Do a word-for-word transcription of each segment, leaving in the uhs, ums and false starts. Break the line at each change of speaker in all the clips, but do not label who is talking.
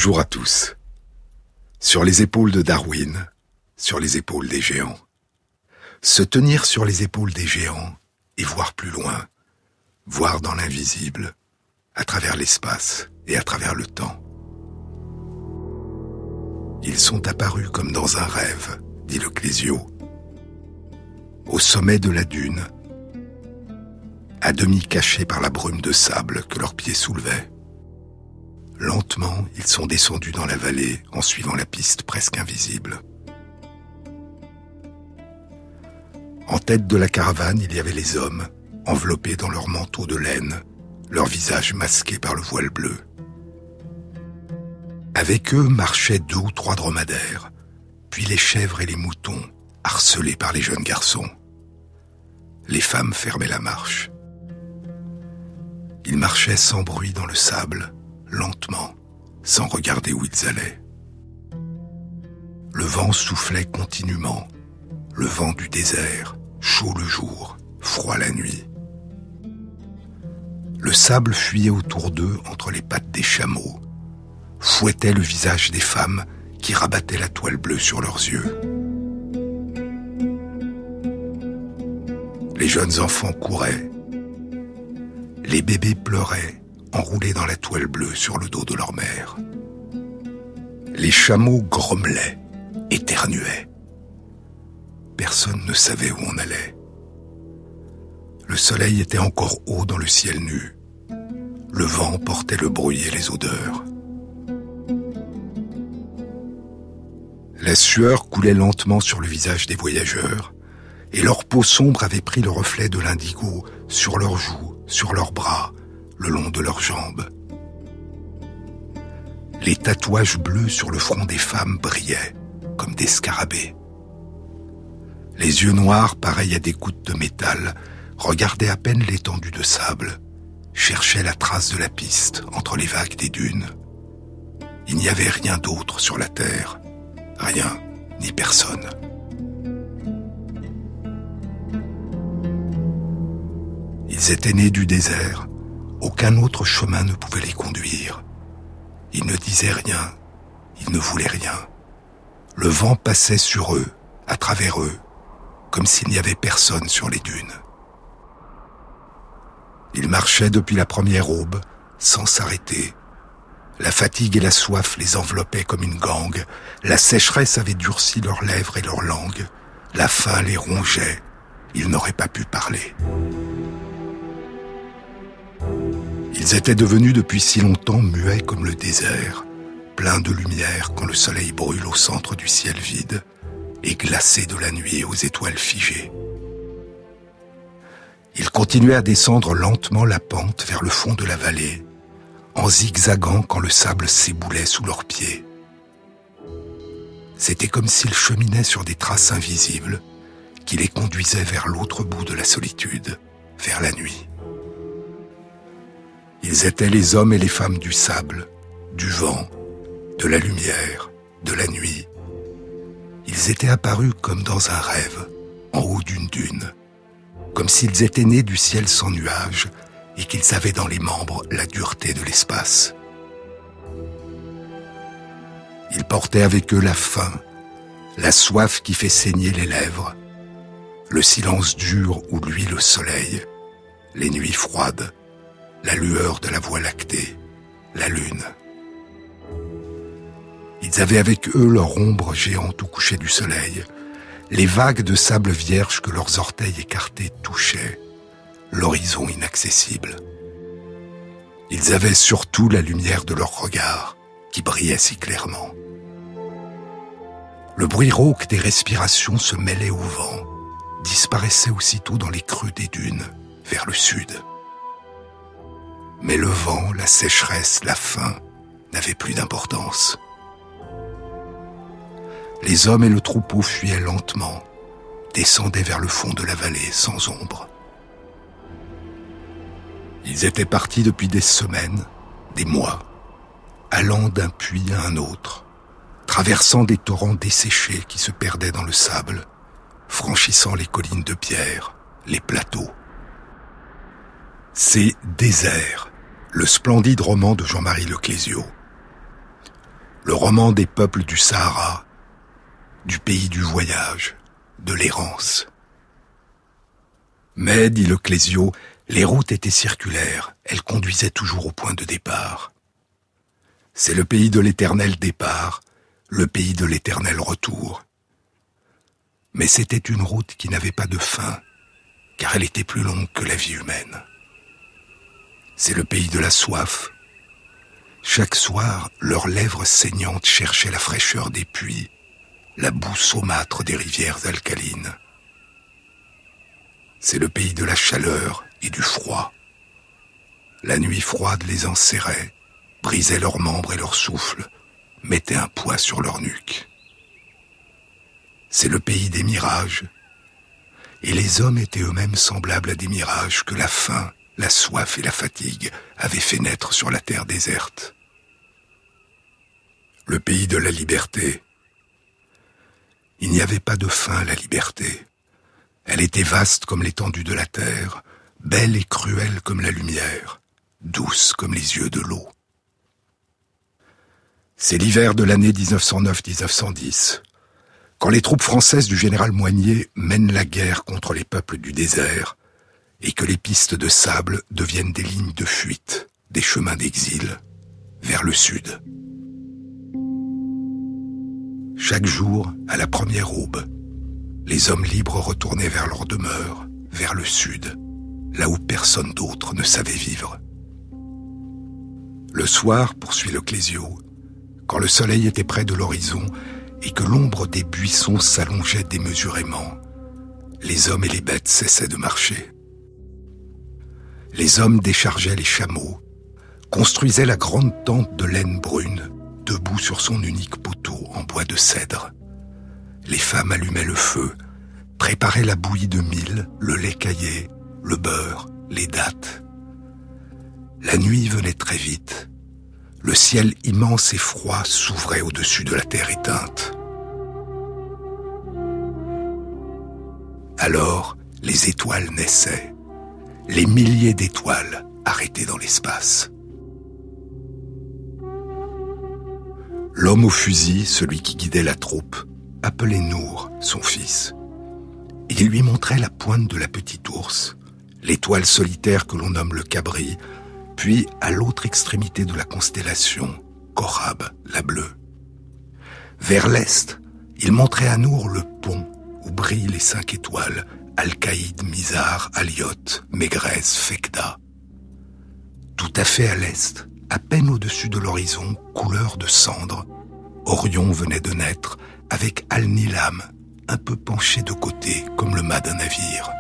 Bonjour à tous. Sur les épaules de Darwin, sur les épaules des géants. Se tenir sur les épaules des géants et voir plus loin, voir dans l'invisible, à travers l'espace et à travers le temps. Ils sont apparus comme dans un rêve, dit le Clésio. Au sommet de la dune, à demi cachés par la brume de sable que leurs pieds soulevaient. Lentement, ils sont descendus dans la vallée en suivant la piste presque invisible. En tête de la caravane, il y avait les hommes, enveloppés dans leurs manteaux de laine, leurs visages masqués par le voile bleu. Avec eux marchaient deux ou trois dromadaires, puis les chèvres et les moutons, harcelés par les jeunes garçons. Les femmes fermaient la marche. Ils marchaient sans bruit dans le sable, lentement, sans regarder où ils allaient. Le vent soufflait continuellement, le vent du désert, chaud le jour, froid la nuit. Le sable fuyait autour d'eux entre les pattes des chameaux, fouettait le visage des femmes qui rabattaient la toile bleue sur leurs yeux. Les jeunes enfants couraient, les bébés pleuraient, enroulés dans la toile bleue sur le dos de leur mère. Les chameaux grommelaient, éternuaient. Personne ne savait où on allait. Le soleil était encore haut dans le ciel nu. Le vent portait le bruit et les odeurs. La sueur coulait lentement sur le visage des voyageurs, et leur peau sombre avait pris le reflet de l'indigo sur leurs joues, sur leurs bras, le long de leurs jambes. Les tatouages bleus sur le front des femmes brillaient, comme des scarabées. Les yeux noirs, pareils à des gouttes de métal, regardaient à peine l'étendue de sable, cherchaient la trace de la piste entre les vagues des dunes. Il n'y avait rien d'autre sur la terre, rien ni personne. Ils étaient nés du désert. Aucun autre chemin ne pouvait les conduire. Ils ne disaient rien, ils ne voulaient rien. Le vent passait sur eux, à travers eux, comme s'il n'y avait personne sur les dunes. Ils marchaient depuis la première aube, sans s'arrêter. La fatigue et la soif les enveloppaient comme une gangue. La sécheresse avait durci leurs lèvres et leurs langues. La faim les rongeait. Ils n'auraient pas pu parler. Ils étaient devenus depuis si longtemps muets comme le désert, pleins de lumière quand le soleil brûle au centre du ciel vide et glacés de la nuit aux étoiles figées. Ils continuaient à descendre lentement la pente vers le fond de la vallée, en zigzagant quand le sable s'éboulait sous leurs pieds. C'était comme s'ils cheminaient sur des traces invisibles qui les conduisaient vers l'autre bout de la solitude, vers la nuit. Ils étaient les hommes et les femmes du sable, du vent, de la lumière, de la nuit. Ils étaient apparus comme dans un rêve, en haut d'une dune, comme s'ils étaient nés du ciel sans nuages et qu'ils avaient dans les membres la dureté de l'espace. Ils portaient avec eux la faim, la soif qui fait saigner les lèvres, le silence dur où luit le soleil, les nuits froides, la lueur de la Voie lactée, la lune. Ils avaient avec eux leur ombre géante au coucher du soleil, les vagues de sable vierge que leurs orteils écartés touchaient, l'horizon inaccessible. Ils avaient surtout la lumière de leur regard, qui brillait si clairement. Le bruit rauque des respirations se mêlait au vent, disparaissait aussitôt dans les creux des dunes, vers le sud. Mais le vent, la sécheresse, la faim n'avaient plus d'importance. Les hommes et le troupeau fuyaient lentement, descendaient vers le fond de la vallée sans ombre. Ils étaient partis depuis des semaines, des mois, allant d'un puits à un autre, traversant des torrents desséchés qui se perdaient dans le sable, franchissant les collines de pierre, les plateaux. C'est Désert, le splendide roman de Jean-Marie Le Clésio. le roman des peuples du Sahara, du pays du voyage, de l'errance. Mais, dit le Clésio, les routes étaient circulaires, elles conduisaient toujours au point de départ. C'est le pays de l'éternel départ, le pays de l'éternel retour. Mais c'était une route qui n'avait pas de fin, car elle était plus longue que la vie humaine. C'est le pays de la soif. Chaque soir, leurs lèvres saignantes cherchaient la fraîcheur des puits, la boue saumâtre des rivières alcalines. C'est le pays de la chaleur et du froid. La nuit froide les enserrait, brisait leurs membres et leur souffle, mettait un poids sur leur nuque. C'est le pays des mirages. Et les hommes étaient eux-mêmes semblables à des mirages que la faim, la soif et la fatigue avaient fait naître sur la terre déserte. Le pays de la liberté. Il n'y avait pas de fin à la liberté. Elle était vaste comme l'étendue de la terre, belle et cruelle comme la lumière, douce comme les yeux de l'eau. C'est l'hiver de l'année dix-neuf cent neuf dix-neuf cent dix. Quand les troupes françaises du général Moignet mènent la guerre contre les peuples du désert et que les pistes de sable deviennent des lignes de fuite, des chemins d'exil, vers le sud. Chaque jour, à la première aube, les hommes libres retournaient vers leur demeure, vers le sud, là où personne d'autre ne savait vivre. Le soir, poursuit le Clésio, quand le soleil était près de l'horizon et que l'ombre des buissons s'allongeait démesurément, les hommes et les bêtes cessaient de marcher. Les hommes déchargeaient les chameaux, construisaient la grande tente de laine brune, debout sur son unique poteau en bois de cèdre. Les femmes allumaient le feu, préparaient la bouillie de mil, le lait caillé, le beurre, les dattes. La nuit venait très vite. Le ciel immense et froid s'ouvrait au-dessus de la terre éteinte. Alors, les étoiles naissaient, les milliers d'étoiles arrêtées dans l'espace. L'homme au fusil, celui qui guidait la troupe, appelait Nour, son fils. Il lui montrait la pointe de la petite ours, l'étoile solitaire que l'on nomme le cabri, puis à l'autre extrémité de la constellation, Korab, la bleue. Vers l'est, il montrait à Nour le pont où brillent les cinq étoiles, Al-Qaïd, Mizar, Aliot, Mégrez, Fekda. Tout à fait à l'est, à peine au-dessus de l'horizon, couleur de cendre, Orion venait de naître avec Al-Nilam, un peu penché de côté comme le mât d'un navire.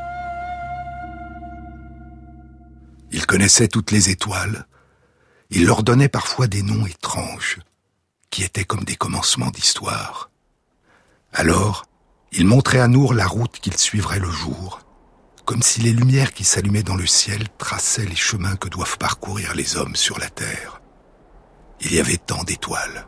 Il connaissait toutes les étoiles. Il leur donnait parfois des noms étranges, qui étaient comme des commencements d'histoire. Alors, il montrait à Nour la route qu'il suivrait le jour, comme si les lumières qui s'allumaient dans le ciel traçaient les chemins que doivent parcourir les hommes sur la terre. Il y avait tant d'étoiles.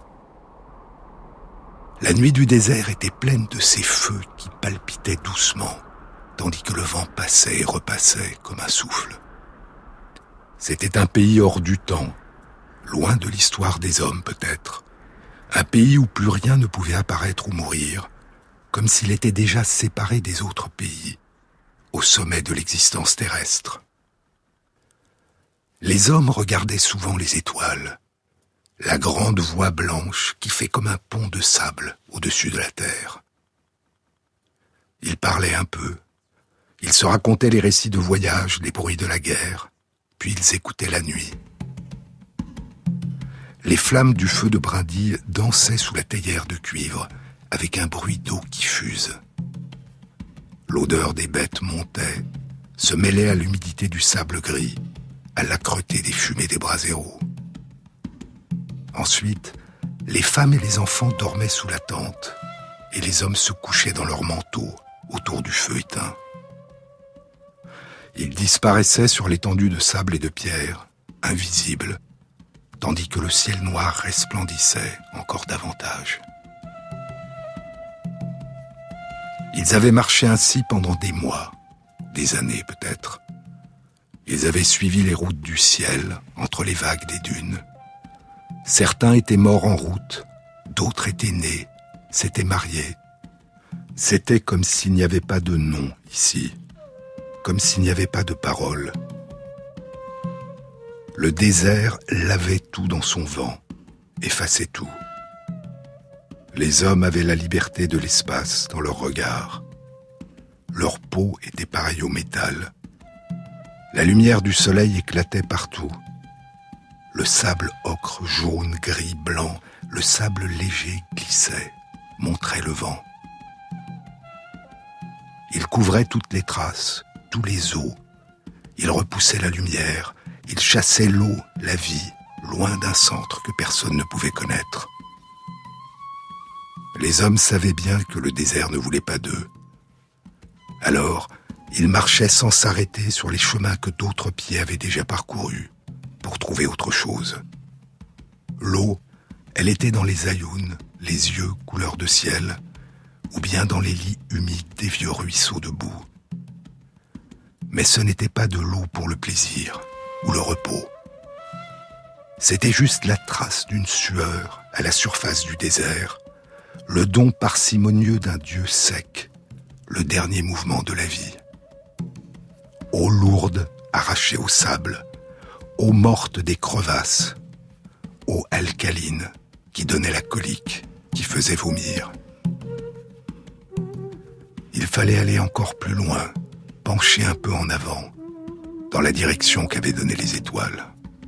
La nuit du désert était pleine de ces feux qui palpitaient doucement, tandis que le vent passait et repassait comme un souffle. C'était un pays hors du temps, loin de l'histoire des hommes peut-être, un pays où plus rien ne pouvait apparaître ou mourir, comme s'il était déjà séparé des autres pays, au sommet de l'existence terrestre. Les hommes regardaient souvent les étoiles, la grande voie blanche qui fait comme un pont de sable au-dessus de la terre. Ils parlaient un peu, ils se racontaient les récits de voyage, les bruits de la guerre, puis ils écoutaient la nuit. Les flammes du feu de brindille dansaient sous la théière de cuivre, avec un bruit d'eau qui fuse. L'odeur des bêtes montait, se mêlait à l'humidité du sable gris, à l'âcreté des fumées des braséros. Ensuite, les femmes et les enfants dormaient sous la tente, et les hommes se couchaient dans leurs manteaux, autour du feu éteint. Ils disparaissaient sur l'étendue de sable et de pierre, invisibles, tandis que le ciel noir resplendissait encore davantage. Ils avaient marché ainsi pendant des mois, des années peut-être. Ils avaient suivi les routes du ciel, entre les vagues des dunes. Certains étaient morts en route, D'autres étaient nés, s'étaient mariés. C'était comme s'il n'y avait pas de nom ici, comme s'il n'y avait pas de parole. Le désert lavait tout dans son vent, effaçait tout. Les hommes avaient la liberté de l'espace dans leur regard. Leur peau était pareille au métal. La lumière du soleil éclatait partout. Le sable ocre, jaune, gris, blanc, le sable léger glissait, montrait le vent. Il couvrait toutes les traces, tous les os. Il repoussait la lumière, il chassait l'eau, la vie, loin d'un centre que personne ne pouvait connaître. Les hommes savaient bien que le désert ne voulait pas d'eux. Alors, ils marchaient sans s'arrêter sur les chemins que d'autres pieds avaient déjà parcourus, pour trouver autre chose. L'eau, elle était dans les aïouns, les yeux couleur de ciel, ou bien dans les lits humides des vieux ruisseaux de boue. Mais ce n'était pas de l'eau pour le plaisir ou le repos. C'était juste la trace d'une sueur à la surface du désert, le don parcimonieux d'un Dieu sec, le dernier mouvement de la vie. Eau lourde arrachée au sable, eau morte des crevasses, eau alcaline qui donnait la colique, qui faisait vomir. Il fallait aller encore plus loin, pencher un peu en avant, dans la direction qu'avaient donnée les étoiles.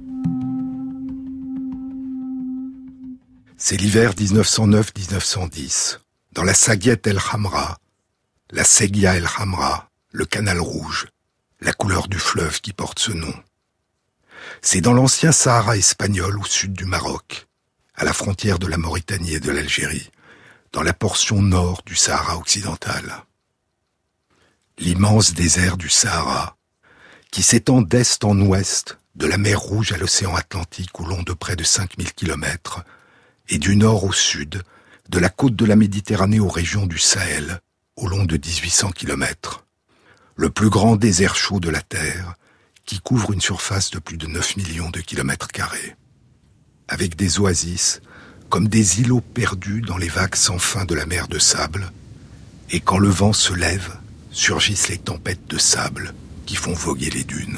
C'est l'hiver dix-neuf cent neuf à dix-neuf cent dix, dans la Saguiet El Hamra, la Seguia El Hamra, le canal rouge, la couleur du fleuve qui porte ce nom. C'est dans l'ancien Sahara espagnol au sud du Maroc, à la frontière de la Mauritanie et de l'Algérie, dans la portion nord du Sahara occidental. L'immense désert du Sahara, qui s'étend d'est en ouest, de la mer Rouge à l'océan Atlantique au long de près de cinq mille kilomètres, et du nord au sud, de la côte de la Méditerranée aux régions du Sahel, au long de dix-huit cents kilomètres. Le plus grand désert chaud de la Terre, qui couvre une surface de plus de neuf millions de kilomètres carrés. Avec des oasis, comme des îlots perdus dans les vagues sans fin de la mer de sable, et quand le vent se lève, surgissent les tempêtes de sable qui font voguer les dunes.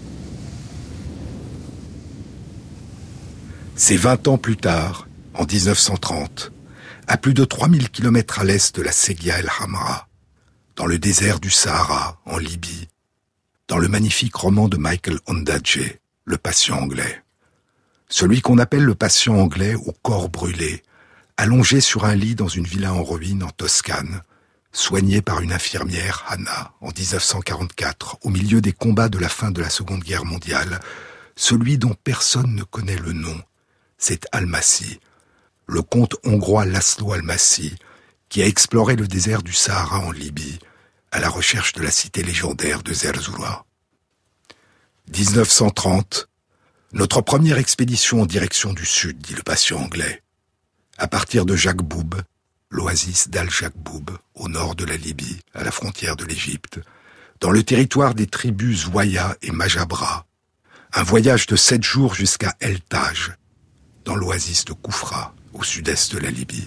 C'est vingt ans plus tard, en dix-neuf cent trente, à plus de trois mille kilomètres à l'est de la Seguia El Hamra, dans le désert du Sahara, en Libye, dans le magnifique roman de Michael Ondaatje, Le patient anglais. Celui qu'on appelle le patient anglais au corps brûlé, allongé sur un lit dans une villa en ruine en Toscane, soigné par une infirmière, Hannah, en dix-neuf cent quarante-quatre, au milieu des combats de la fin de la Seconde Guerre mondiale, celui dont personne ne connaît le nom, c'est Almasi, le comte hongrois László Almasi, qui a exploré le désert du Sahara en Libye, à la recherche de la cité légendaire de Zerzura. dix-neuf cent trente, notre première expédition en direction du sud, dit le patient anglais. À partir de Jacboub, l'oasis d'Al-Jacboub, au nord de la Libye, à la frontière de l'Égypte, dans le territoire des tribus Zouaya et Majabra, un voyage de sept jours jusqu'à El Taj, dans l'oasis de Koufra, au sud-est de la Libye.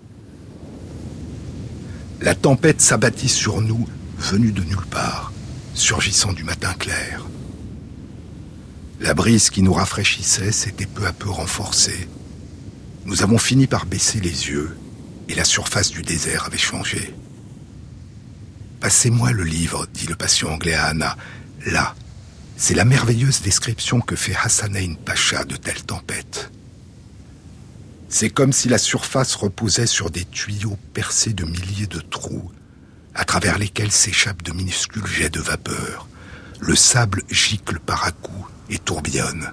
La tempête s'abattit sur nous, venue de nulle part, surgissant du matin clair. La brise qui nous rafraîchissait s'était peu à peu renforcée. Nous avons fini par baisser les yeux, et la surface du désert avait changé. « Passez-moi le livre, dit le patient anglais à Hannah. Là, c'est la merveilleuse description que fait Hassanein Pacha de telles tempêtes. C'est comme si la surface reposait sur des tuyaux percés de milliers de trous, à travers lesquels s'échappent de minuscules jets de vapeur. Le sable gicle par à-coups et tourbillonne.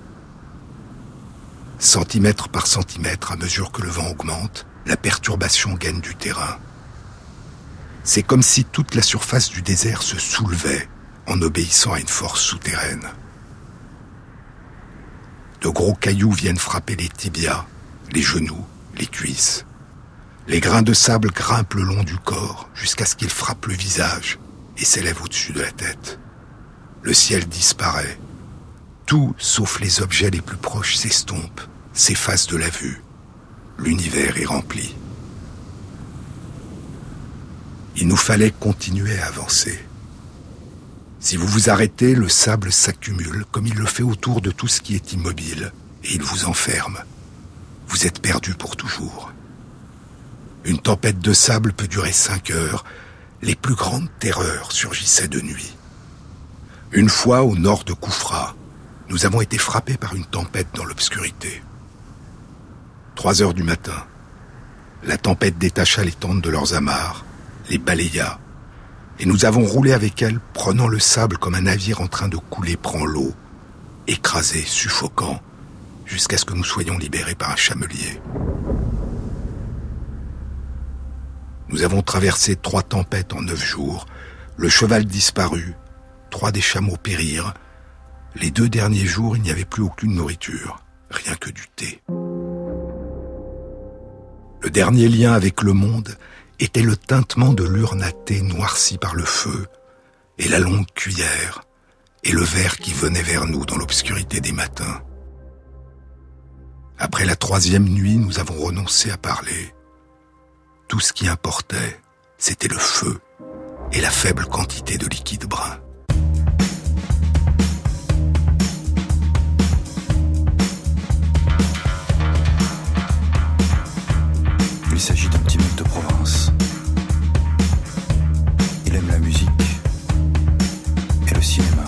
Centimètre par centimètre, à mesure que le vent augmente, la perturbation gagne du terrain. C'est comme si toute la surface du désert se soulevait en obéissant à une force souterraine. De gros cailloux viennent frapper les tibias, les genoux, les cuisses. Les grains de sable grimpent le long du corps jusqu'à ce qu'ils frappent le visage et s'élèvent au-dessus de la tête. Le ciel disparaît. Tout, sauf les objets les plus proches, s'estompe, s'efface de la vue. l'univers est rempli. Il nous fallait continuer à avancer. Si vous vous arrêtez, le sable s'accumule comme il le fait autour de tout ce qui est immobile, et il vous enferme. Vous êtes perdu pour toujours. Une tempête de sable peut durer cinq heures. Les plus grandes terreurs surgissaient de nuit. Une fois, au nord de Koufra, nous avons été frappés par une tempête dans l'obscurité. Trois heures du matin, la tempête détacha les tentes de leurs amarres, les balaya, et nous avons roulé avec elles, prenant le sable comme un navire en train de couler prend l'eau, écrasé, suffocant, jusqu'à ce que nous soyons libérés par un chamelier. Nous avons traversé trois tempêtes en neuf jours, le cheval disparut, trois des chameaux périrent. Les deux derniers jours, il n'y avait plus aucune nourriture, rien que du thé. Le dernier lien avec le monde était le tintement de l'urne à thé noircie par le feu, et la longue cuillère, et le verre qui venait vers nous dans l'obscurité des matins. Après la troisième nuit, nous avons renoncé à parler. Tout ce qui importait, c'était le feu et la faible quantité de liquide brun.
Il s'agit d'un petit mec de province. Il aime la musique et le cinéma.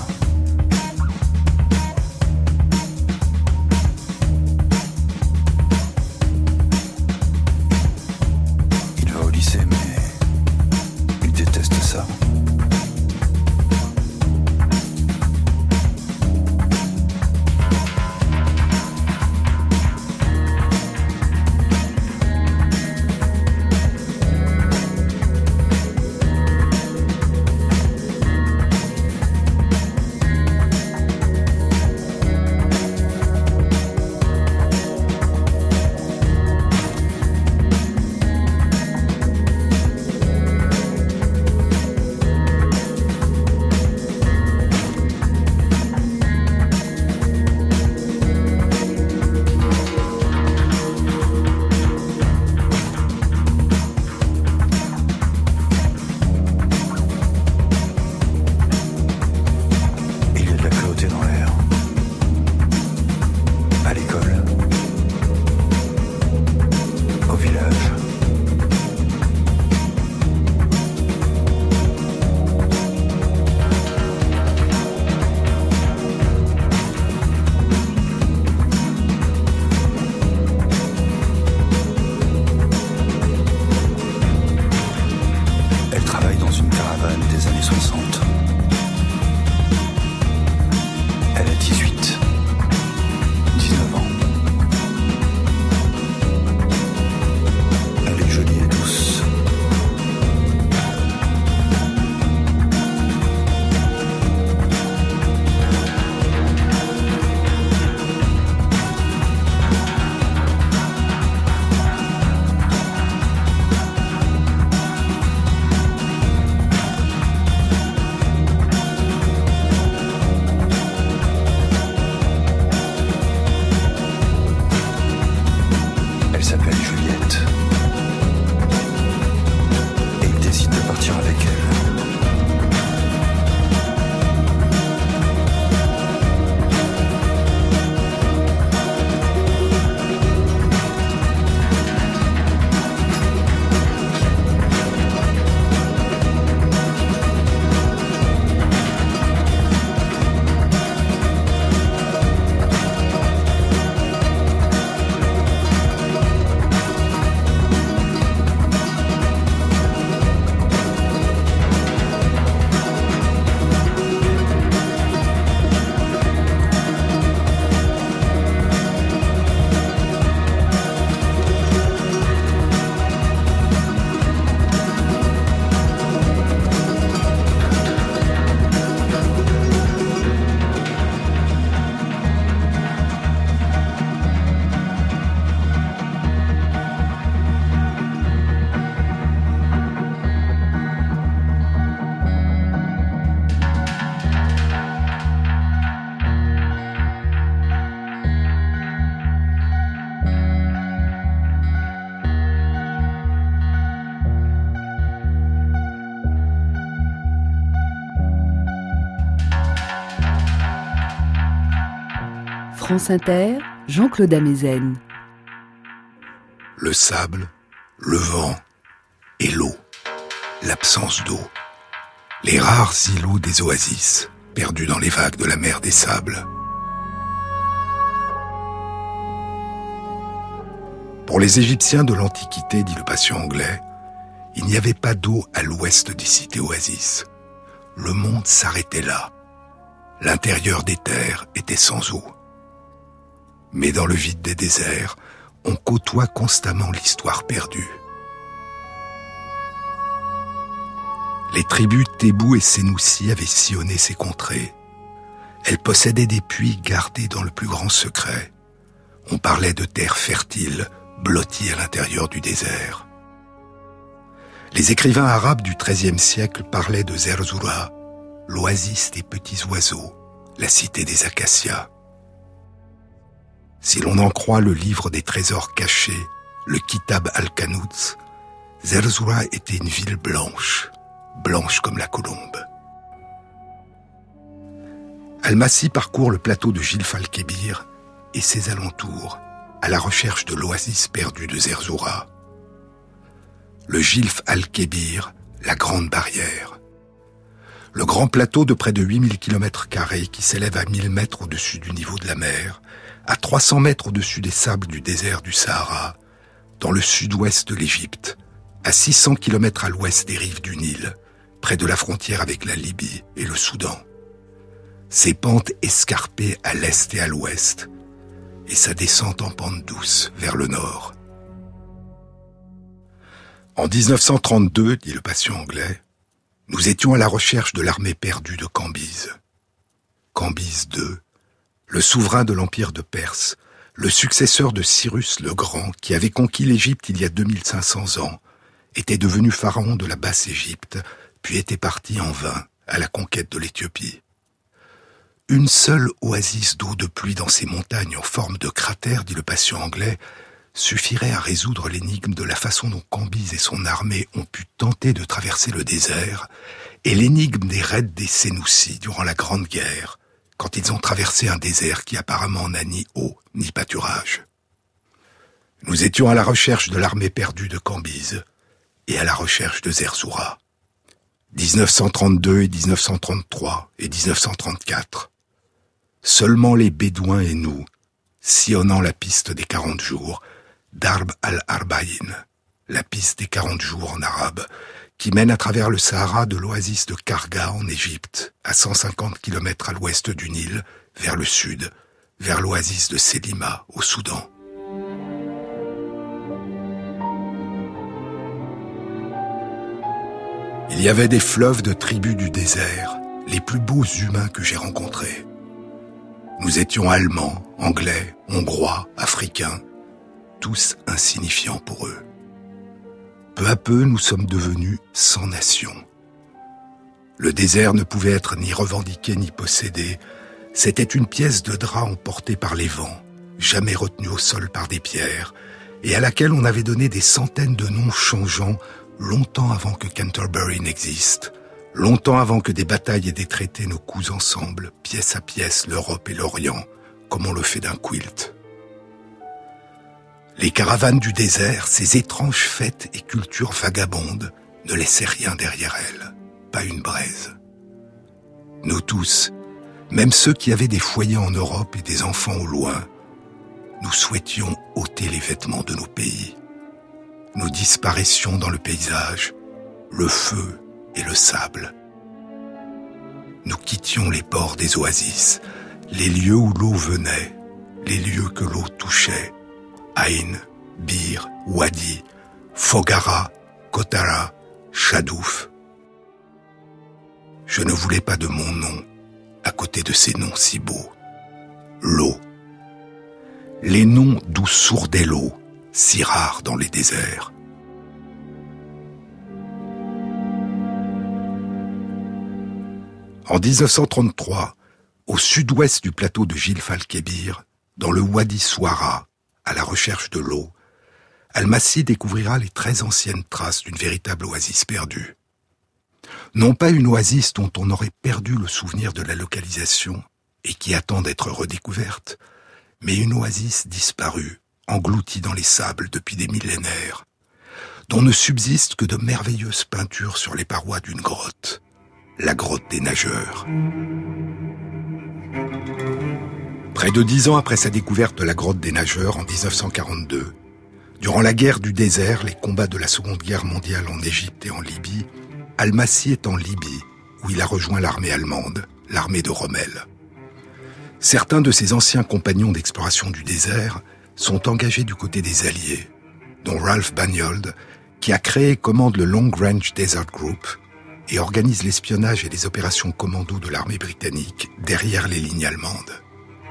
Il va au lycée, mais il déteste ça.
France Inter, Jean-Claude Amezen.
Le sable, le vent et l'eau, l'absence d'eau. Les rares îlots des oasis, perdus dans les vagues de la mer des sables. Pour les Égyptiens de l'Antiquité, dit le patient anglais, il n'y avait pas d'eau à l'ouest des cités oasis. Le monde s'arrêtait là. L'intérieur des terres était sans eau. Mais dans le vide des déserts, on côtoie constamment l'histoire perdue. Les tribus Tébou et Sénoussi avaient sillonné ces contrées. Elles possédaient des puits gardés dans le plus grand secret. On parlait de terres fertiles, blotties à l'intérieur du désert. Les écrivains arabes du treizième siècle parlaient de Zerzura, l'oasis des petits oiseaux, la cité des acacias. Si l'on en croit le livre des trésors cachés, le Kitab al-Kanuz, Zerzura était une ville blanche, blanche comme la colombe. Al-Massi parcourt le plateau de Jilf al-Kébir et ses alentours à la recherche de l'oasis perdue de Zerzura. Le Jilf al-Kébir, la grande barrière. Le grand plateau de près de huit mille kilomètres carrés qui s'élève à mille mètres au-dessus du niveau de la mer, à trois cents mètres au-dessus des sables du désert du Sahara, dans le sud-ouest de l'Égypte, à six cents kilomètres à l'ouest des rives du Nil, près de la frontière avec la Libye et le Soudan. Ses pentes escarpées à l'est et à l'ouest, et sa descente en pente douce vers le nord. En dix-neuf cent trente-deux, dit le patient anglais, nous étions à la recherche de l'armée perdue de Cambyse. Cambyse deux, le souverain de l'empire de Perse, le successeur de Cyrus le Grand, qui avait conquis l'Égypte il y a deux mille cinq cents ans, était devenu pharaon de la Basse-Égypte, puis était parti en vain à la conquête de l'Éthiopie. Une seule oasis d'eau de pluie dans ces montagnes en forme de cratère, dit le patient anglais, suffirait à résoudre l'énigme de la façon dont Cambyse et son armée ont pu tenter de traverser le désert, et l'énigme des raids des Sénoussi durant la Grande Guerre, quand ils ont traversé un désert qui apparemment n'a ni eau ni pâturage. Nous étions à la recherche de l'armée perdue de Cambyse et à la recherche de Zerzura. dix-neuf cent trente-deux et dix-neuf cent trente-trois et dix-neuf cent trente-quatre. Seulement les Bédouins et nous, sillonnant la piste des quarante jours, Darb al-Arba'in, la piste des quarante jours en arabe, qui mène à travers le Sahara de l'oasis de Karga en Égypte, à cent cinquante kilomètres à l'ouest du Nil, vers le sud, vers l'oasis de Selima, au Soudan. Il y avait des fleuves de tribus du désert, les plus beaux humains que j'ai rencontrés. Nous étions Allemands, Anglais, Hongrois, Africains, tous insignifiants pour eux. Peu à peu, nous sommes devenus sans nation. Le désert ne pouvait être ni revendiqué ni possédé. C'était une pièce de drap emportée par les vents, jamais retenue au sol par des pierres, et à laquelle on avait donné des centaines de noms changeants longtemps avant que Canterbury n'existe, longtemps avant que des batailles et des traités ne cousent ensemble, pièce à pièce, l'Europe et l'Orient, comme on le fait d'un quilt. Les caravanes du désert, ces étranges fêtes et cultures vagabondes, ne laissaient rien derrière elles, pas une braise. Nous tous, même ceux qui avaient des foyers en Europe et des enfants au loin, nous souhaitions ôter les vêtements de nos pays. Nous disparaissions dans le paysage, le feu et le sable. Nous quittions les bords des oasis, les lieux où l'eau venait, les lieux que l'eau touchait, Aïn, Bir, Wadi, Fogara, Kotara, Chadouf. Je ne voulais pas de mon nom à côté de ces noms si beaux. L'eau. Les noms d'où sourdait l'eau, si rares dans les déserts. En dix-neuf cent trente-trois, au sud-ouest du plateau de Jilf al-Kébir, dans le Wadi Souara, à la recherche de l'eau, Al-Massi découvrira les très anciennes traces d'une véritable oasis perdue. Non pas une oasis dont on aurait perdu le souvenir de la localisation et qui attend d'être redécouverte, mais une oasis disparue, engloutie dans les sables depuis des millénaires, dont ne subsistent que de merveilleuses peintures sur les parois d'une grotte, la grotte des nageurs. Près de dix ans après sa découverte de la grotte des nageurs en dix-neuf cent quarante-deux, durant la guerre du désert, les combats de la Seconde Guerre mondiale en Égypte et en Libye, Al-Massi est en Libye, où il a rejoint l'armée allemande, l'armée de Rommel. Certains de ses anciens compagnons d'exploration du désert sont engagés du côté des Alliés, dont Ralph Bagnold, qui a créé et commande le Long Range Desert Group et organise l'espionnage et les opérations commando de l'armée britannique derrière les lignes allemandes.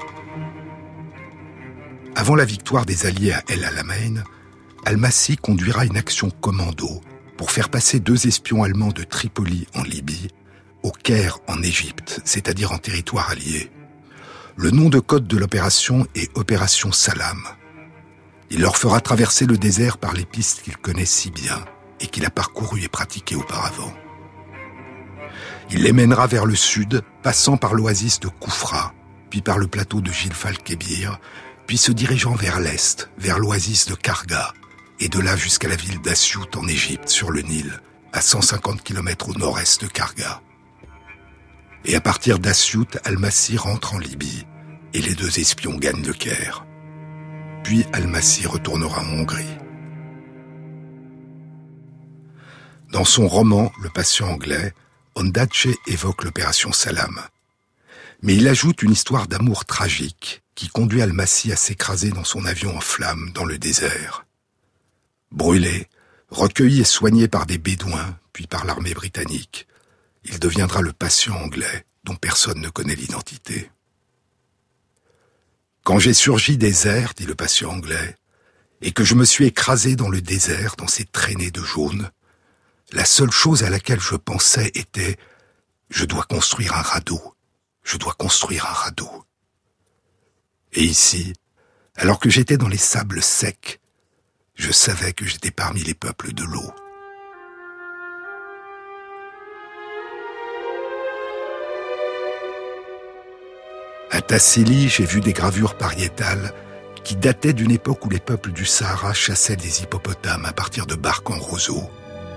Avant la victoire des Alliés à El Alamein, Al-Massi conduira une action commando pour faire passer deux espions allemands de Tripoli en Libye au Caire en Égypte, c'est-à-dire en territoire allié. Le nom de code de l'opération est Opération Salam. Il leur fera traverser le désert par les pistes qu'il connaît si bien et qu'il a parcourues et pratiquées auparavant. Il les mènera vers le sud, passant par l'oasis de Koufra, puis par le plateau de Gilfal Kebir, puis se dirigeant vers l'est, vers l'oasis de Karga, et de là jusqu'à la ville d'Assiout en Égypte, sur le Nil, à cent cinquante kilomètres au nord-est de Karga. Et à partir d'Assiout, Al-Massi rentre en Libye, et les deux espions gagnent le Caire. Puis Al-Massi retournera en Hongrie. Dans son roman « Le patient anglais », Ondaatje évoque l'opération Salam. Mais il ajoute une histoire d'amour tragique qui conduit Al-Massi à s'écraser dans son avion en flammes dans le désert. Brûlé, recueilli et soigné par des bédouins, puis par l'armée britannique, il deviendra le patient anglais dont personne ne connaît l'identité. Quand j'ai surgi des airs, dit le patient anglais, et que je me suis écrasé dans le désert, dans ces traînées de jaune, la seule chose à laquelle je pensais était « je dois construire un radeau, je dois construire un radeau ». Et ici, alors que j'étais dans les sables secs, je savais que j'étais parmi les peuples de l'eau. À Tassili, j'ai vu des gravures pariétales qui dataient d'une époque où les peuples du Sahara chassaient des hippopotames à partir de barques en roseau.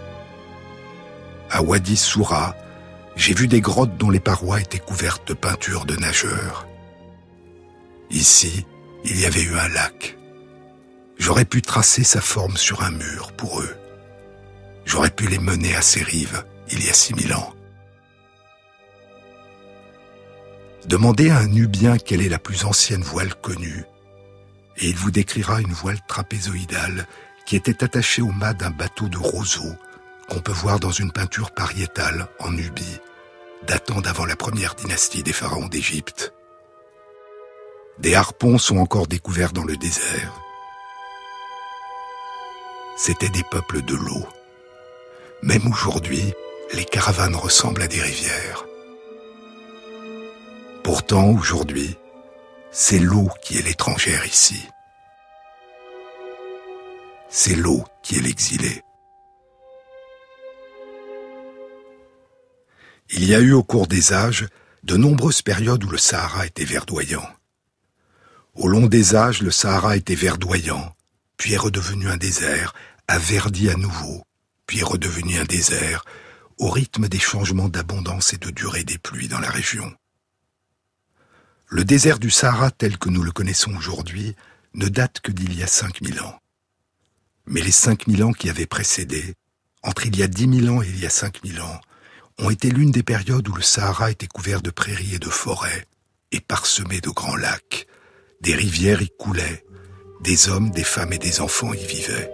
À Wadi Soura, j'ai vu des grottes dont les parois étaient couvertes de peintures de nageurs. Ici, il y avait eu un lac. J'aurais pu tracer sa forme sur un mur pour eux. J'aurais pu les mener à ses rives il y a six mille ans. Demandez à un Nubien quelle est la plus ancienne voile connue, et il vous décrira une voile trapézoïdale qui était attachée au mât d'un bateau de roseau qu'on peut voir dans une peinture pariétale en Nubie, datant d'avant la première dynastie des pharaons d'Égypte. Des harpons sont encore découverts dans le désert. C'étaient des peuples de l'eau. Même aujourd'hui, les caravanes ressemblent à des rivières. Pourtant, aujourd'hui, c'est l'eau qui est l'étrangère ici. C'est l'eau qui est l'exilé. Il y a eu au cours des âges de nombreuses périodes où le Sahara était verdoyant. Au long des âges, le Sahara était verdoyant, puis est redevenu un désert, a verdi à nouveau, puis est redevenu un désert, au rythme des changements d'abondance et de durée des pluies dans la région. Le désert du Sahara tel que nous le connaissons aujourd'hui ne date que d'il y a cinq mille ans. Mais les cinq mille ans qui avaient précédé, entre il y a dix mille ans et il y a cinq mille ans, ont été l'une des périodes où le Sahara était couvert de prairies et de forêts, et parsemé de grands lacs. Des rivières y coulaient, des hommes, des femmes et des enfants y vivaient.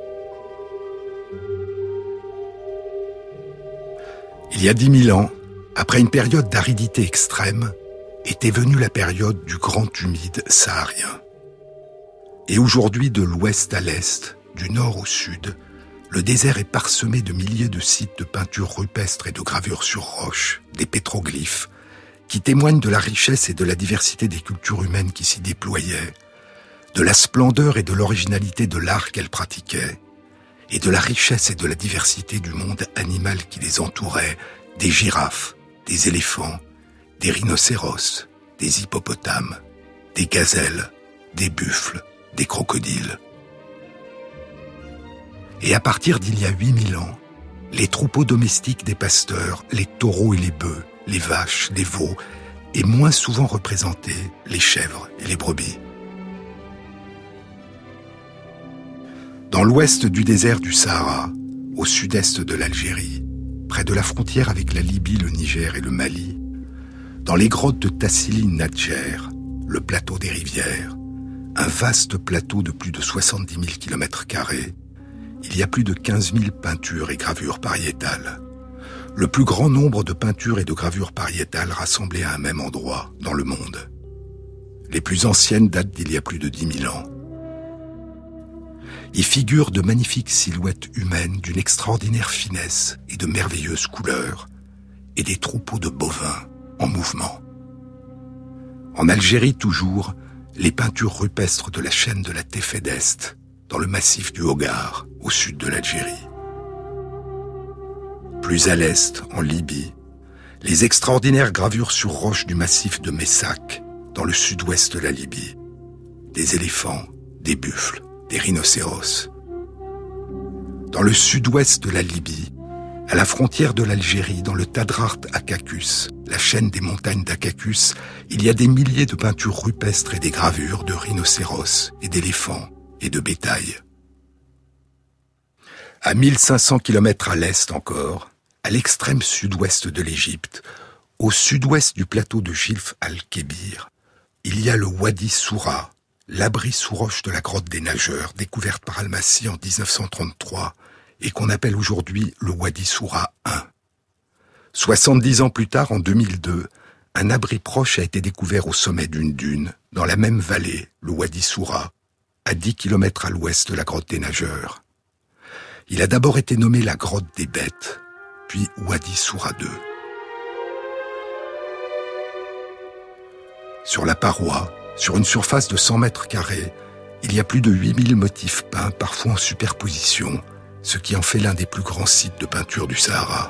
Il y a dix mille ans, après une période d'aridité extrême, était venue la période du grand humide saharien. Et aujourd'hui, de l'ouest à l'est, du nord au sud, le désert est parsemé de milliers de sites de peintures rupestres et de gravures sur roche, des pétroglyphes, qui témoignent de la richesse et de la diversité des cultures humaines qui s'y déployaient, de la splendeur et de l'originalité de l'art qu'elles pratiquaient, et de la richesse et de la diversité du monde animal qui les entourait, des girafes, des éléphants, des rhinocéros, des hippopotames, des gazelles, des buffles, des crocodiles. Et à partir d'il y a huit mille ans, les troupeaux domestiques des pasteurs, les taureaux et les bœufs, les vaches, les veaux, et moins souvent représentés, les chèvres et les brebis. Dans l'ouest du désert du Sahara, au sud-est de l'Algérie, près de la frontière avec la Libye, le Niger et le Mali, dans les grottes de Tassili Nadjer, le plateau des rivières, un vaste plateau de plus de soixante-dix mille kilomètres carrés, il y a plus de quinze mille peintures et gravures pariétales. Le plus grand nombre de peintures et de gravures pariétales rassemblées à un même endroit dans le monde. Les plus anciennes datent d'il y a plus de dix mille ans. Y figurent de magnifiques silhouettes humaines d'une extraordinaire finesse et de merveilleuses couleurs, et des troupeaux de bovins en mouvement. En Algérie toujours, les peintures rupestres de la chaîne de la Teffé d'Est, dans le massif du Hogar, au sud de l'Algérie. Plus à l'est, en Libye, les extraordinaires gravures sur roche du massif de Messac, dans le sud-ouest de la Libye. Des éléphants, des buffles, des rhinocéros. Dans le sud-ouest de la Libye, à la frontière de l'Algérie, dans le Tadrart Akakus, la chaîne des montagnes d'Akakus, il y a des milliers de peintures rupestres et des gravures de rhinocéros et d'éléphants et de bétail. À mille cinq cents kilomètres à l'est encore, à l'extrême sud-ouest de l'Égypte, au sud-ouest du plateau de Gilf al-Kébir, il y a le Wadi Soura, l'abri sous roche de la grotte des nageurs, découverte par Almassi en dix-neuf cent trente-trois, et qu'on appelle aujourd'hui le Wadi Soura un. soixante-dix ans plus tard, en deux mille deux, un abri proche a été découvert au sommet d'une dune, dans la même vallée, le Wadi Soura, à dix kilomètres à l'ouest de la grotte des nageurs. Il a d'abord été nommé la grotte des bêtes, puis Wadi Soura deux. Sur la paroi, sur une surface de cent mètres carrés, il y a plus de huit mille motifs peints, parfois en superposition, ce qui en fait l'un des plus grands sites de peinture du Sahara.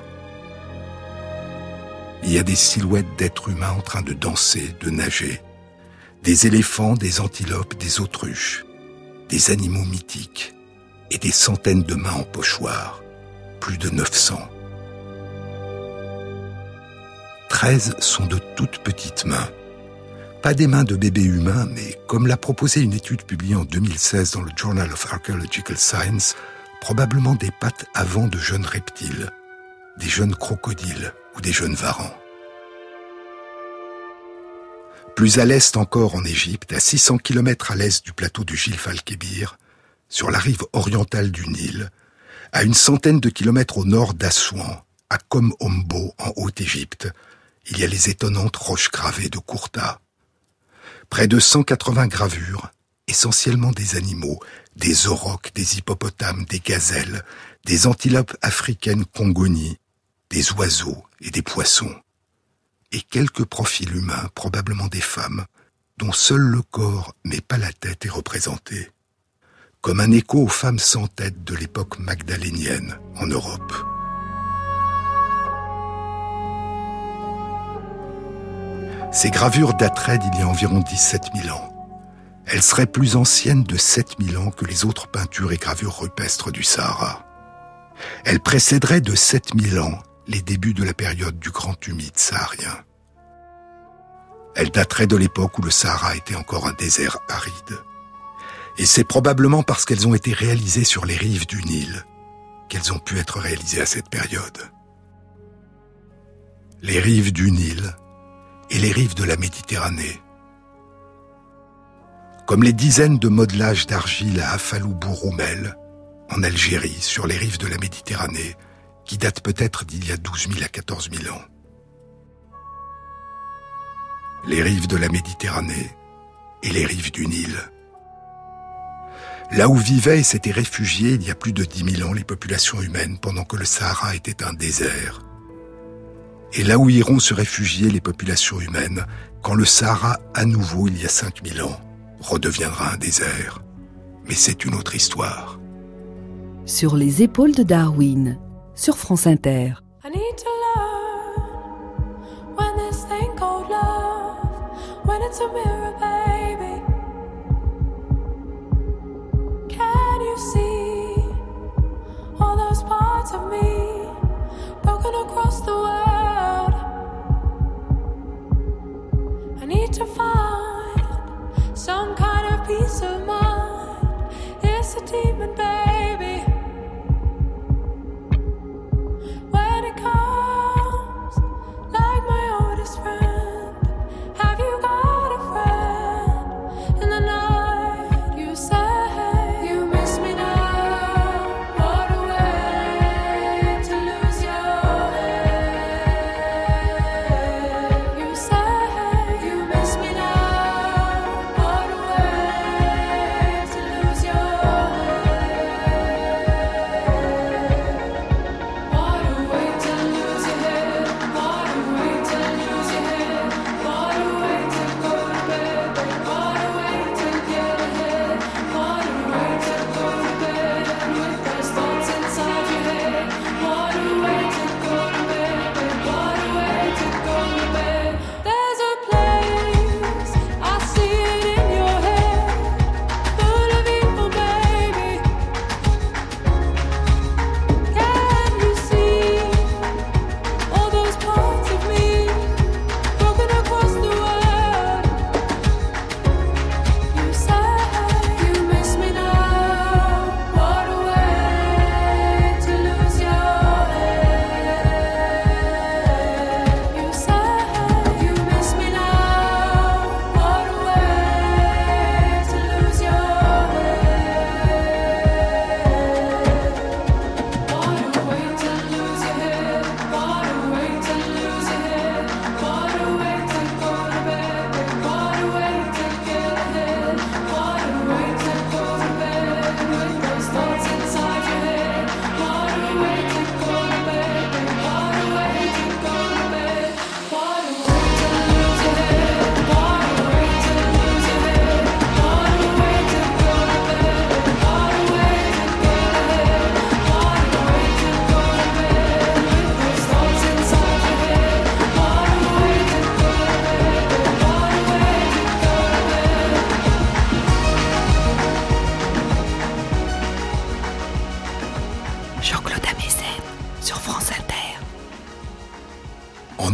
Il y a des silhouettes d'êtres humains en train de danser, de nager, des éléphants, des antilopes, des autruches, des animaux mythiques, et des centaines de mains en pochoir, plus de neuf cents. treize sont de toutes petites mains. Pas des mains de bébés humains, mais comme l'a proposé une étude publiée en deux mille seize dans le Journal of Archaeological Science, probablement des pattes avant de jeunes reptiles, des jeunes crocodiles ou des jeunes varans. Plus à l'est encore en Égypte, à six cents kilomètres à l'est du plateau du Gilf al-Kébir, sur la rive orientale du Nil, à une centaine de kilomètres au nord d'Assouan, à Kom Ombo en Haute-Égypte, il y a les étonnantes roches gravées de Kourta. Près de cent quatre-vingts gravures, essentiellement des animaux, des aurochs, des hippopotames, des gazelles, des antilopes africaines congonies, des oiseaux et des poissons. Et quelques profils humains, probablement des femmes, dont seul le corps, mais pas la tête, est représenté. Comme un écho aux femmes sans tête de l'époque magdalénienne en Europe. Ces gravures dateraient d'il y a environ dix-sept mille ans. Elles seraient plus anciennes de sept mille ans que les autres peintures et gravures rupestres du Sahara. Elles précéderaient de sept mille ans les débuts de la période du grand humide saharien. Elles dateraient de l'époque où le Sahara était encore un désert aride. Et c'est probablement parce qu'elles ont été réalisées sur les rives du Nil qu'elles ont pu être réalisées à cette période. Les rives du Nil et les rives de la Méditerranée. Comme les dizaines de modelages d'argile à Afalou Bouroumel, en Algérie, sur les rives de la Méditerranée, qui datent peut-être d'il y a douze mille à quatorze mille ans. Les rives de la Méditerranée et les rives du Nil. Là où vivaient et s'étaient réfugiées il y a plus de dix mille ans les populations humaines pendant que le Sahara était un désert. Et là où iront se réfugier les populations humaines quand le Sahara, à nouveau il y a cinq mille ans, redeviendra un désert. Mais c'est une autre histoire.
Sur les épaules de Darwin, sur France Inter.
I need to learn when this thing called love, when it's a mirror, baby.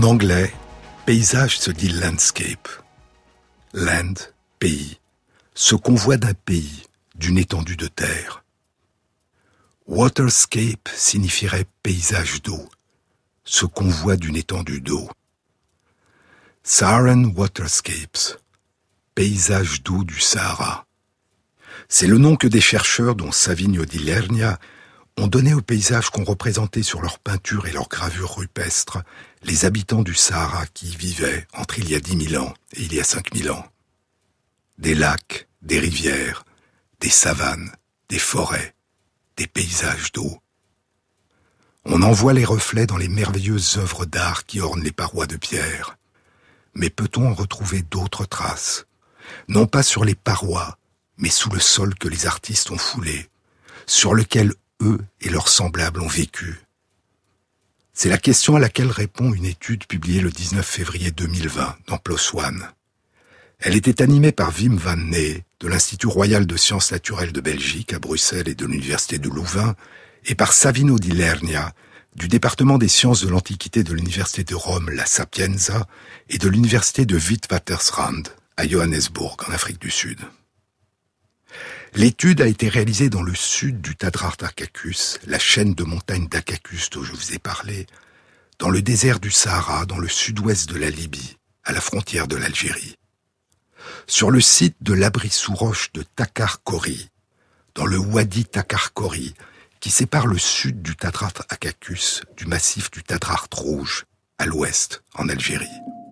En anglais, paysage se dit landscape. Land, pays, ce convoi d'un pays, d'une étendue de terre. Waterscape signifierait paysage d'eau, ce convoi d'une étendue d'eau. Saharan Waterscapes, paysage d'eau du Sahara. C'est le nom que des chercheurs, dont Savino di Lernia, ont donné aux paysages qu'ont représentés sur leurs peintures et leurs gravures rupestres les habitants du Sahara qui y vivaient entre il y a dix mille ans et il y a cinq mille ans. Des lacs, des rivières, des savanes, des forêts, des paysages d'eau. On en voit les reflets dans les merveilleuses œuvres d'art qui ornent les parois de pierre. Mais peut-on en retrouver d'autres traces? Non pas sur les parois, mais sous le sol que les artistes ont foulé, sur lequel eux et leurs semblables ont vécu. C'est la question à laquelle répond une étude publiée le dix-neuf février deux mille vingt dans PLOS ONE. Elle était animée par Wim van Nee de l'Institut royal de sciences naturelles de Belgique à Bruxelles et de l'Université de Louvain et par Savino di Lernia du département des sciences de l'Antiquité de l'Université de Rome La Sapienza et de l'Université de Witwatersrand à Johannesburg en Afrique du Sud. L'étude a été réalisée dans le sud du Tadrar d'Akakkus, la chaîne de montagnes d'Akakkus dont je vous ai parlé, dans le désert du Sahara, dans le sud-ouest de la Libye, à la frontière de l'Algérie. Sur le site de l'abri sous roche de Takarkori, dans le Wadi Takarkori, qui sépare le sud du Tadrar Akakkus du massif du Tadrar Rouge, à l'ouest, en Algérie.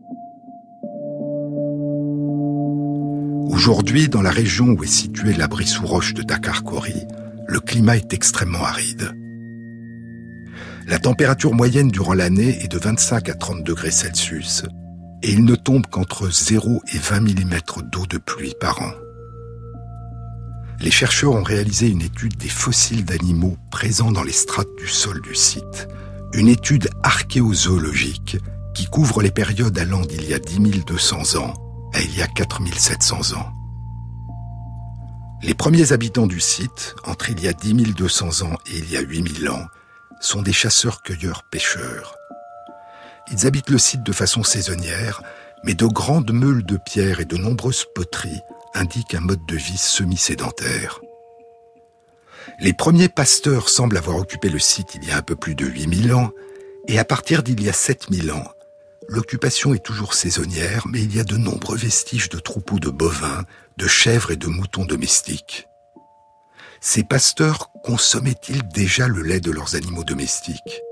Aujourd'hui, dans la région où est situé l'abri sous roche de Takarkori, le climat est extrêmement aride. La température moyenne durant l'année est de vingt-cinq à trente degrés Celsius et il ne tombe qu'entre zéro et vingt millimètres d'eau de pluie par an. Les chercheurs ont réalisé une étude des fossiles d'animaux présents dans les strates du sol du site, une étude archéozoologique qui couvre les périodes allant d'il y a dix mille deux cents ans à il y a quatre mille sept cents ans. Les premiers habitants du site, entre il y a dix mille deux cents ans et il y a huit mille ans, sont des chasseurs-cueilleurs-pêcheurs. Ils habitent le site de façon saisonnière, mais de grandes meules de pierre et de nombreuses poteries indiquent un mode de vie semi-sédentaire. Les premiers pasteurs semblent avoir occupé le site il y a un peu plus de huit mille ans, et à partir d'il y a sept mille ans, l'occupation est toujours saisonnière, mais il y a de nombreux vestiges de troupeaux de bovins, de chèvres et de moutons domestiques. Ces pasteurs consommaient-ils déjà le lait de leurs animaux domestiques?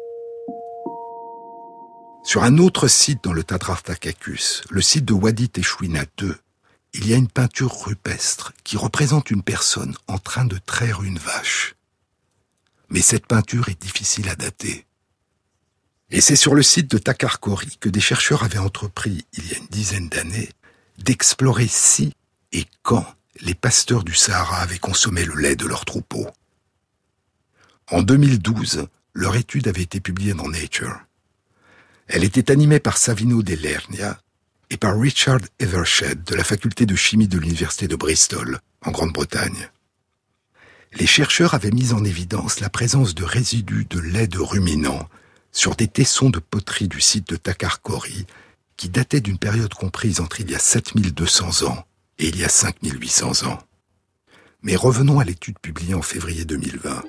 Sur un autre site dans le Tadrar d'Akakkus, le site de Wadi Teshwina deux, il y a une peinture rupestre qui représente une personne en train de traire une vache. Mais cette peinture est difficile à dater. Et c'est sur le site de Takarkori que des chercheurs avaient entrepris, il y a une dizaine d'années, d'explorer si et quand les pasteurs du Sahara avaient consommé le lait de leurs troupeaux. En deux mille douze, leur étude avait été publiée dans Nature. Elle était animée par Savino di Lernia et par Richard Evershed de la faculté de chimie de l'université de Bristol, en Grande-Bretagne. Les chercheurs avaient mis en évidence la présence de résidus de lait de ruminants sur des tessons de poterie du site de Takarkori qui dataient d'une période comprise entre il y a sept mille deux cents ans et il y a cinq mille huit cents ans. Mais revenons à l'étude publiée en février deux mille vingt.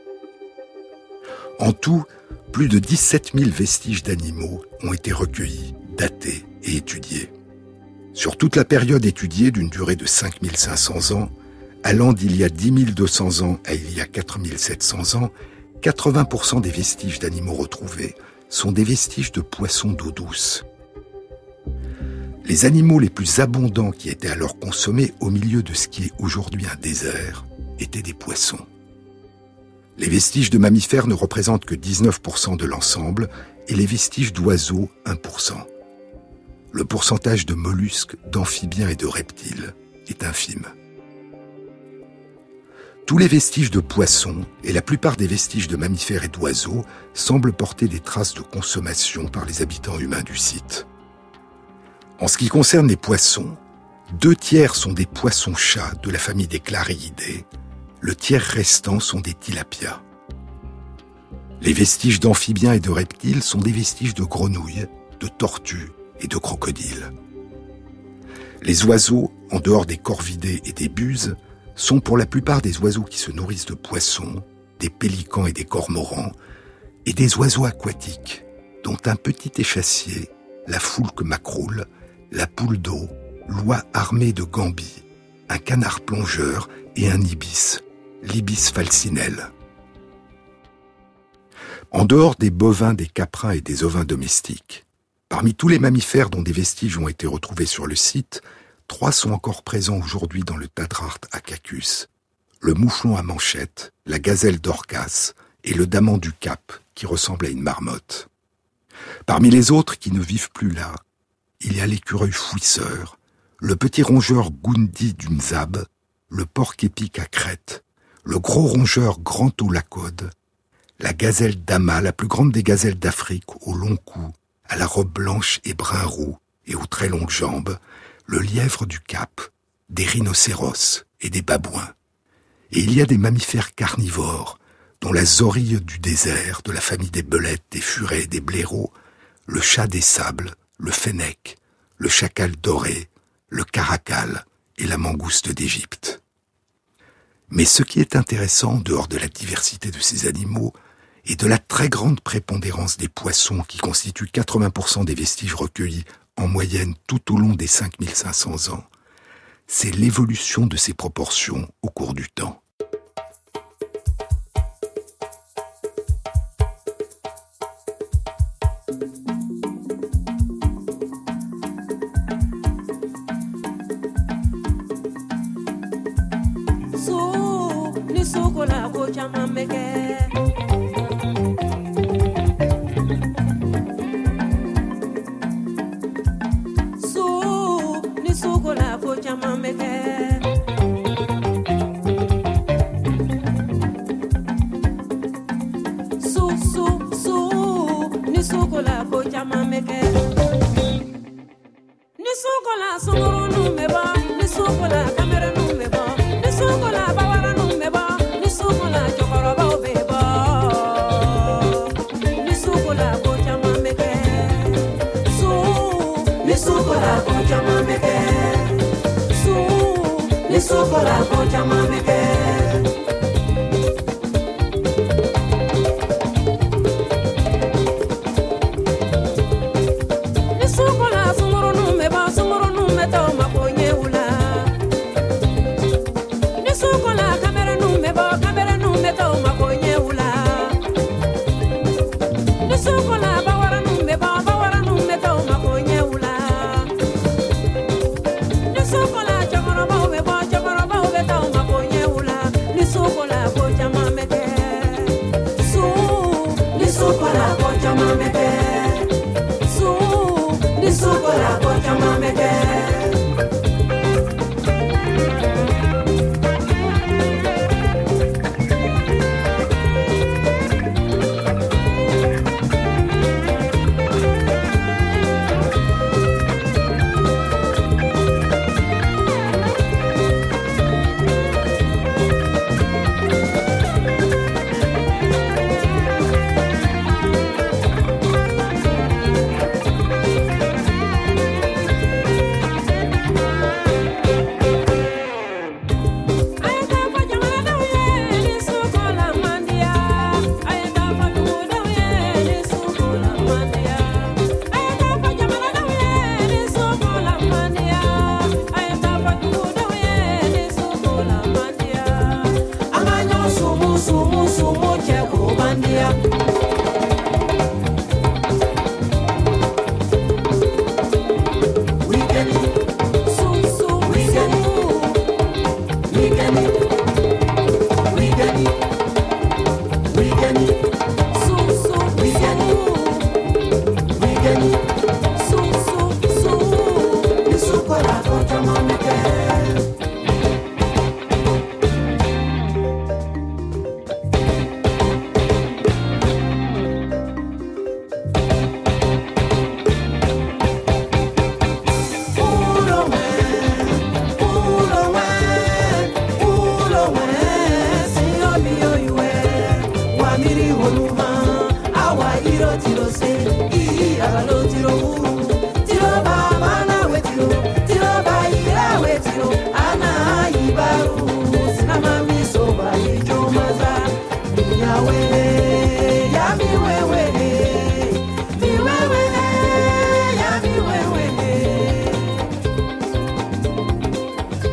En tout, plus de dix-sept mille vestiges d'animaux ont été recueillis, datés et étudiés. Sur toute la période étudiée d'une durée de cinq mille cinq cents ans, allant d'il y a dix mille deux cents ans à il y a quatre mille sept cents ans, quatre-vingts pour cent des vestiges d'animaux retrouvés sont des vestiges de poissons d'eau douce. Les animaux les plus abondants qui étaient alors consommés au milieu de ce qui est aujourd'hui un désert étaient des poissons. Les vestiges de mammifères ne représentent que dix-neuf pour cent de l'ensemble et les vestiges d'oiseaux un pour cent. Le pourcentage de mollusques, d'amphibiens et de reptiles est infime. Tous les vestiges de poissons et la plupart des vestiges de mammifères et d'oiseaux semblent porter des traces de consommation par les habitants humains du site. En ce qui concerne les poissons, deux tiers sont des poissons-chats de la famille des Clariidae, le tiers restant sont des tilapias. Les vestiges d'amphibiens et de reptiles sont des vestiges de grenouilles, de tortues et de crocodiles. Les oiseaux, en dehors des corvidés et des buses, sont pour la plupart des oiseaux qui se nourrissent de poissons, des pélicans et des cormorans, et des oiseaux aquatiques, dont un petit échassier, la foulque macroule, la poule d'eau, l'oie armée de gambis, un canard plongeur et un ibis, l'ibis falcinelle. En dehors des bovins, des caprins et des ovins domestiques, parmi tous les mammifères dont des vestiges ont été retrouvés sur le site, trois sont encore présents aujourd'hui dans le Tadrart à Cacus, le mouflon à manchette, la gazelle d'Orcas et le daman du Cap, qui ressemble à une marmotte. Parmi les autres qui ne vivent plus là, il y a l'écureuil fouisseur, le petit rongeur Goundi du Mzab, le porc-épic à Crète, le gros rongeur Grand au Lacode, la gazelle d'Ama, la plus grande des gazelles d'Afrique, au long cou, à la robe blanche et brun roux et aux très longues jambes, le lièvre du Cap, des rhinocéros et des babouins. Et il y a des mammifères carnivores, dont la zorille du désert, de la famille des belettes, des furets, des blaireaux, le chat des sables, le fennec, le chacal doré, le caracal et la mangouste d'Égypte. Mais ce qui est intéressant, en dehors de la diversité de ces animaux, et de la très grande prépondérance des poissons qui constituent quatre-vingts pour cent des vestiges recueillis en moyenne tout au long des cinq mille cinq cents ans, c'est l'évolution de ces proportions au cours du temps.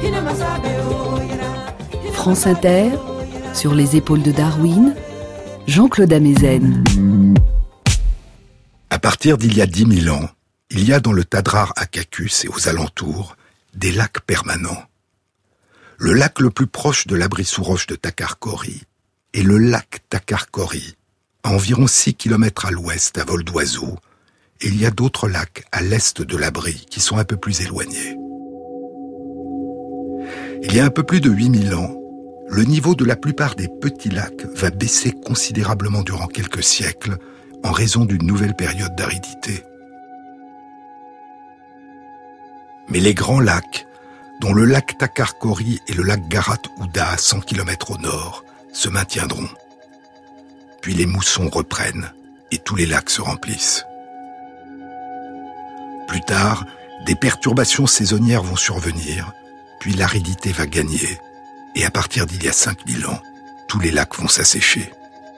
France Inter, sur les épaules de Darwin, Jean-Claude Amezen.
À partir d'il y a dix mille ans, il y a dans le Tadrar à Cacus et aux alentours des lacs permanents. Le lac le plus proche de l'abri sous roche de Takarkory est le lac Takarkory, à environ six kilomètres à l'ouest à vol d'oiseau, et il y a d'autres lacs à l'est de l'abri qui sont un peu plus éloignés. Il y a un peu plus de huit mille ans, le niveau de la plupart des petits lacs va baisser considérablement durant quelques siècles en raison d'une nouvelle période d'aridité. Mais les grands lacs, dont le lac Takarkory et le lac Garat Ouda à cent kilomètres au nord, se maintiendront. Puis les moussons reprennent et tous les lacs se remplissent. Plus tard, des perturbations saisonnières vont survenir, puis l'aridité va gagner, et à partir d'il y a cinq mille ans, tous les lacs vont s'assécher.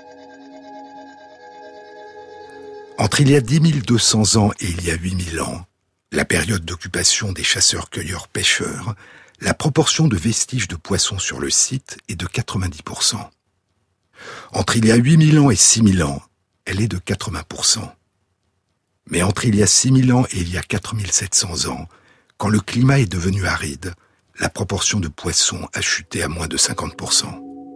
Entre il y a dix mille deux cents ans et il y a huit mille ans, la période d'occupation des chasseurs-cueilleurs-pêcheurs, la proportion de vestiges de poissons sur le site est de quatre-vingt-dix pour cent. Entre il y a huit mille ans et six mille ans, elle est de quatre-vingts pour cent. Mais entre il y a six mille ans et il y a quatre mille sept cents ans, quand le climat est devenu aride, la proportion de poissons a chuté à moins de cinquante pour cent.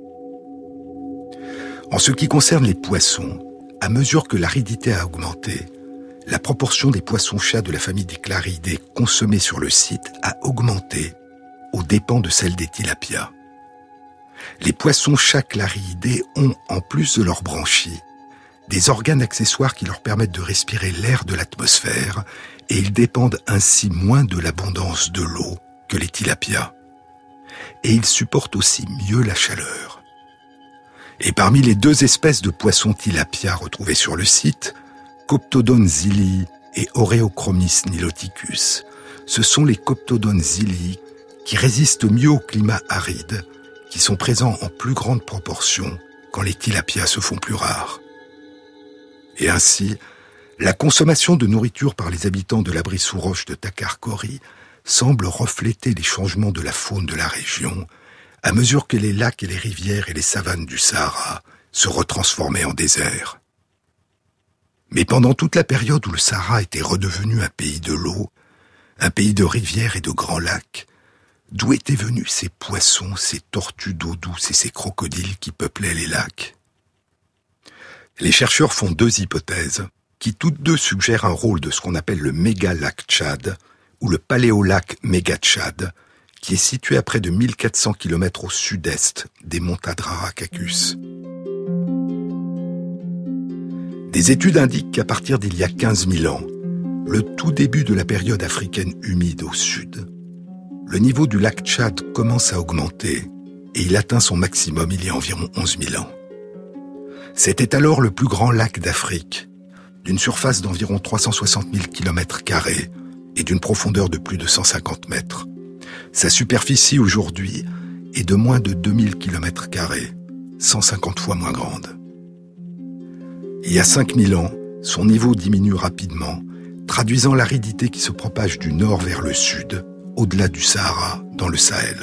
En ce qui concerne les poissons, à mesure que l'aridité a augmenté, la proportion des poissons-chats de la famille des claridés consommés sur le site a augmenté aux dépens de celle des tilapias. Les poissons-chats claridés ont, en plus de leurs branchies, des organes accessoires qui leur permettent de respirer l'air de l'atmosphère et ils dépendent ainsi moins de l'abondance de l'eau que les tilapias. Et ils supportent aussi mieux la chaleur. Et parmi les deux espèces de poissons tilapia retrouvées sur le site, Coptodon zilii et Oreochromis niloticus, ce sont les Coptodon zilii qui résistent mieux au climat aride, qui sont présents en plus grande proportion quand les tilapias se font plus rares. Et ainsi, la consommation de nourriture par les habitants de l'abri sous roche de Takarkory semble refléter les changements de la faune de la région, à mesure que les lacs et les rivières et les savanes du Sahara se retransformaient en désert. Mais pendant toute la période où le Sahara était redevenu un pays de l'eau, un pays de rivières et de grands lacs, d'où étaient venus ces poissons, ces tortues d'eau douce et ces crocodiles qui peuplaient les lacs? Les chercheurs font deux hypothèses, qui toutes deux suggèrent un rôle de ce qu'on appelle le méga-lac Tchad, ou le paléolac méga-Tchad, qui est situé à près de mille quatre cents kilomètres au sud-est des monts Tadrar à Cacus. Des études indiquent qu'à partir d'il y a quinze mille ans, le tout début de la période africaine humide au sud, le niveau du lac Tchad commence à augmenter et il atteint son maximum il y a environ onze mille ans. C'était alors le plus grand lac d'Afrique, d'une surface d'environ trois cent soixante mille kilomètres carrés et d'une profondeur de plus de cent cinquante mètres. Sa superficie aujourd'hui est de moins de deux mille kilomètres carrés, cent cinquante fois moins grande. Il y a cinq mille ans, son niveau diminue rapidement, traduisant l'aridité qui se propage du nord vers le sud, au-delà du Sahara, dans le Sahel.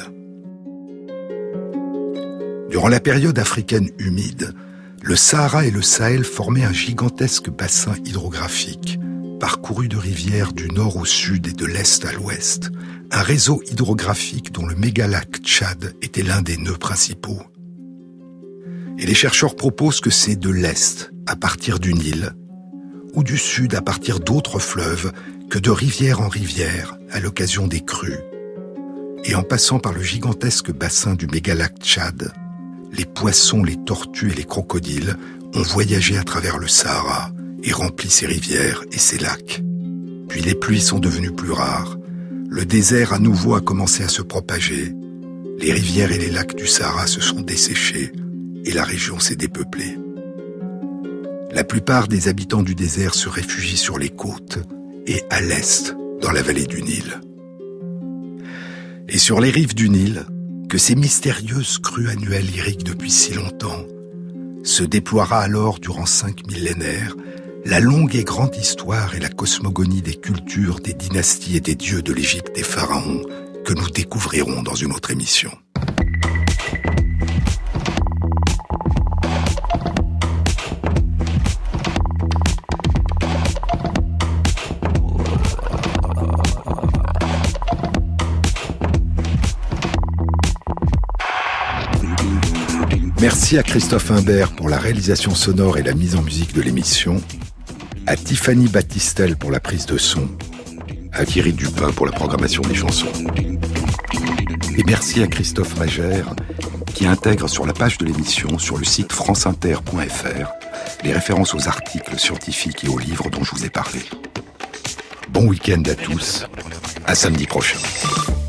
Durant la période africaine humide, le Sahara et le Sahel formaient un gigantesque bassin hydrographique, parcouru de rivières du nord au sud et de l'est à l'ouest, un réseau hydrographique dont le mégalac Tchad était l'un des nœuds principaux. Et les chercheurs proposent que c'est de l'est, à partir du Nil, ou du sud à partir d'autres fleuves, que de rivière en rivière, à l'occasion des crues, et en passant par le gigantesque bassin du mégalac Tchad, les poissons, les tortues et les crocodiles ont voyagé à travers le Sahara et rempli ses rivières et ses lacs. Puis les pluies sont devenues plus rares, le désert à nouveau a commencé à se propager, les rivières et les lacs du Sahara se sont desséchés et la région s'est dépeuplée. La plupart des habitants du désert se réfugient sur les côtes et à l'est, dans la vallée du Nil. Et sur les rives du Nil, que ces mystérieuses crues annuelles irriguent depuis si longtemps, se déploiera alors durant cinq millénaires la longue et grande histoire et la cosmogonie des cultures, des dynasties et des dieux de l'Égypte des pharaons, que nous découvrirons dans une autre émission. Merci à Christophe Imbert pour la réalisation sonore et la mise en musique de l'émission, à Tiffany Battistel pour la prise de son, à Thierry Dupin pour la programmation des chansons. Et merci à Christophe Magère qui intègre sur la page de l'émission sur le site franceinter point f r les références aux articles scientifiques et aux livres dont je vous ai parlé. Bon week-end à tous, à samedi prochain.